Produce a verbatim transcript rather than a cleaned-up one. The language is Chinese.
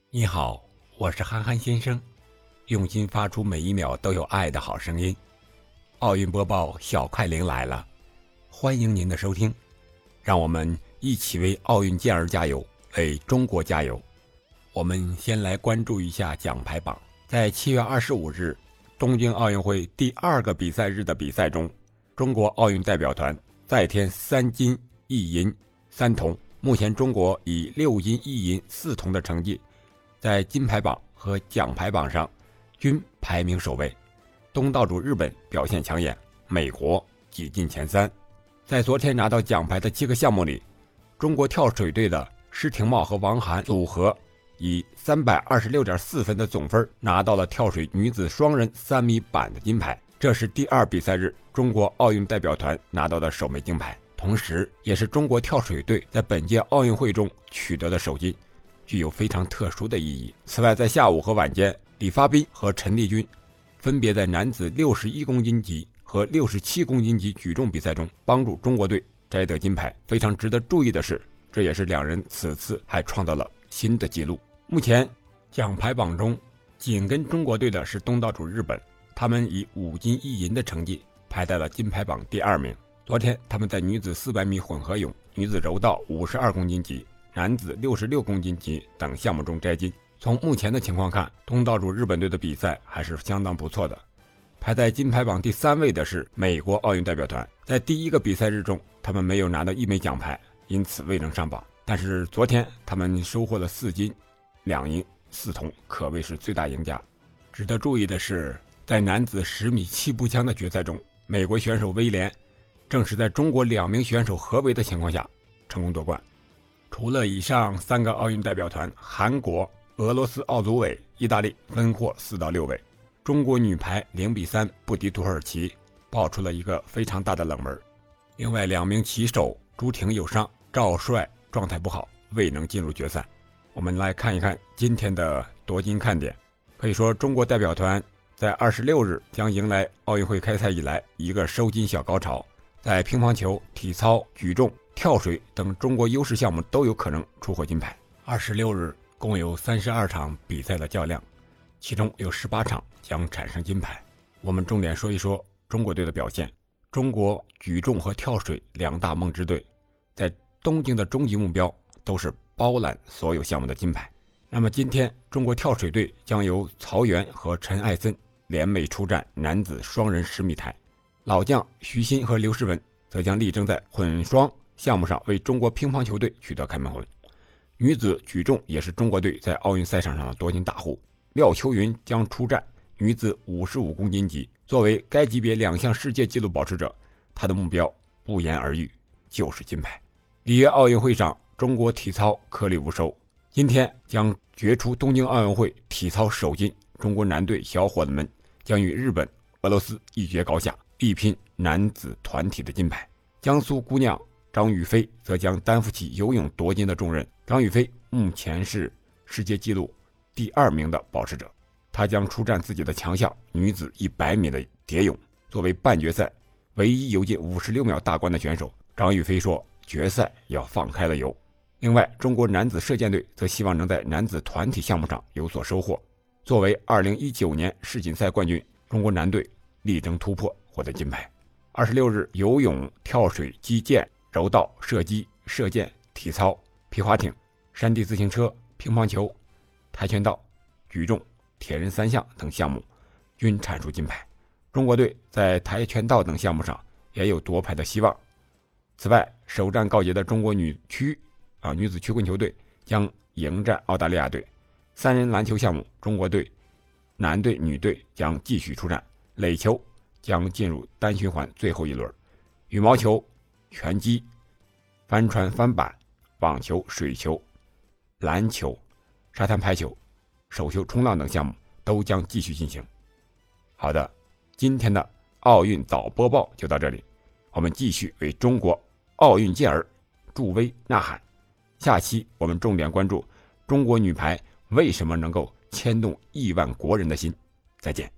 你好，我是憨憨先生，用心发出每一秒都有爱的好声音。奥运播报小快灵来了，欢迎您的收听，让我们一起为奥运健儿加油，为中国加油。我们先来关注一下奖牌榜。在七月二十五日东京奥运会第二个比赛日的比赛中，中国奥运代表团再添三金一银三铜，目前中国以六金一银四铜的成绩在金牌榜和奖牌榜上均排名首位。东道主日本表现抢眼，美国挤进前三。在昨天拿到奖牌的七个项目里，中国跳水队的施廷懋和王涵组合以 三百二十六点四 分的总分拿到了跳水女子双人三米板的金牌，这是第二比赛日中国奥运代表团拿到的首枚金牌，同时也是中国跳水队在本届奥运会中取得的首金，具有非常特殊的意义。此外，在下午和晚间，李发彬和陈丽君分别在男子六十一公斤级和六十七公斤级举重比赛中帮助中国队摘得金牌。非常值得注意的是，这也是两人此次还创造了新的纪录。目前奖牌榜中紧跟中国队的是东道主日本，他们以五金一银的成绩排在了金牌榜第二名。昨天他们在女子四百米混合泳、女子柔道五十二公斤级、男子六十六公斤级等项目中摘金。从目前的情况看，东道主日本队的比赛还是相当不错的。排在金牌榜第三位的是美国奥运代表团，在第一个比赛日中他们没有拿到一枚奖牌，因此未能上榜，但是昨天他们收获了四金两银四铜，可谓是最大赢家。值得注意的是，在男子十米气步枪的决赛中，美国选手威廉正是在中国两名选手合围的情况下成功夺冠。除了以上三个奥运代表团，韩国、俄罗斯奥组委、意大利分获四到六位。中国女排零比三不敌土耳其，爆出了一个非常大的冷门。另外两名旗手朱婷有伤，赵帅状态不好，未能进入决赛。我们来看一看今天的夺金看点。可以说，中国代表团在二十六日将迎来奥运会开赛以来一个收金小高潮，在乒乓球、体操、举重、跳水等中国优势项目都有可能出获金牌。二十六日共有三十二场比赛的较量，其中有十八场将产生金牌。我们重点说一说中国队的表现。中国举重和跳水两大梦之队，在东京的终极目标都是包揽所有项目的金牌。那么今天中国跳水队将由曹原和陈艾森联袂出战男子双人十米台，老将徐昕和刘诗雯则将力争在混双项目上为中国乒乓球队取得开门红。女子举重也是中国队在奥运赛场上的夺金大户，廖秋云将出战女子五十五公斤级。作为该级别两项世界纪录保持者，她的目标不言而喻，就是金牌。里约奥运会上，中国体操颗粒无收，今天将决出东京奥运会体操首金。中国男队小伙子们将与日本、俄罗斯一决高下，力拼男子团体的金牌。江苏姑娘张雨霏则将担负起游泳夺金的重任。张雨霏目前是世界纪录第二名的保持者，她将出战自己的强项女子一百米的蝶泳。作为半决赛唯一游进五十六秒大关的选手，张雨霏说决赛要放开了游。另外，中国男子射箭队则希望能在男子团体项目上有所收获。作为二零一九年世锦赛冠军，中国男队力争突破，获得金牌。二十六日，游泳、跳水、击剑、柔道、射击、射箭、体操、皮划艇、山地自行车、乒乓球、跆拳道、举重、铁人三项等项目均产出金牌。中国队在跆拳道等项目上也有夺牌的希望。此外，首战告捷的中国女区啊女子曲棍球队将迎战澳大利亚队。三人篮球项目，中国队男队、女队将继续出战。垒球将进入单循环最后一轮。羽毛球、拳击、帆船翻板、网球、水球、篮球、沙滩排球、手球、冲浪等项目都将继续进行。好的，今天的奥运早播报就到这里，我们继续为中国奥运健儿助威呐喊。下期我们重点关注中国女排为什么能够牵动亿万国人的心。再见。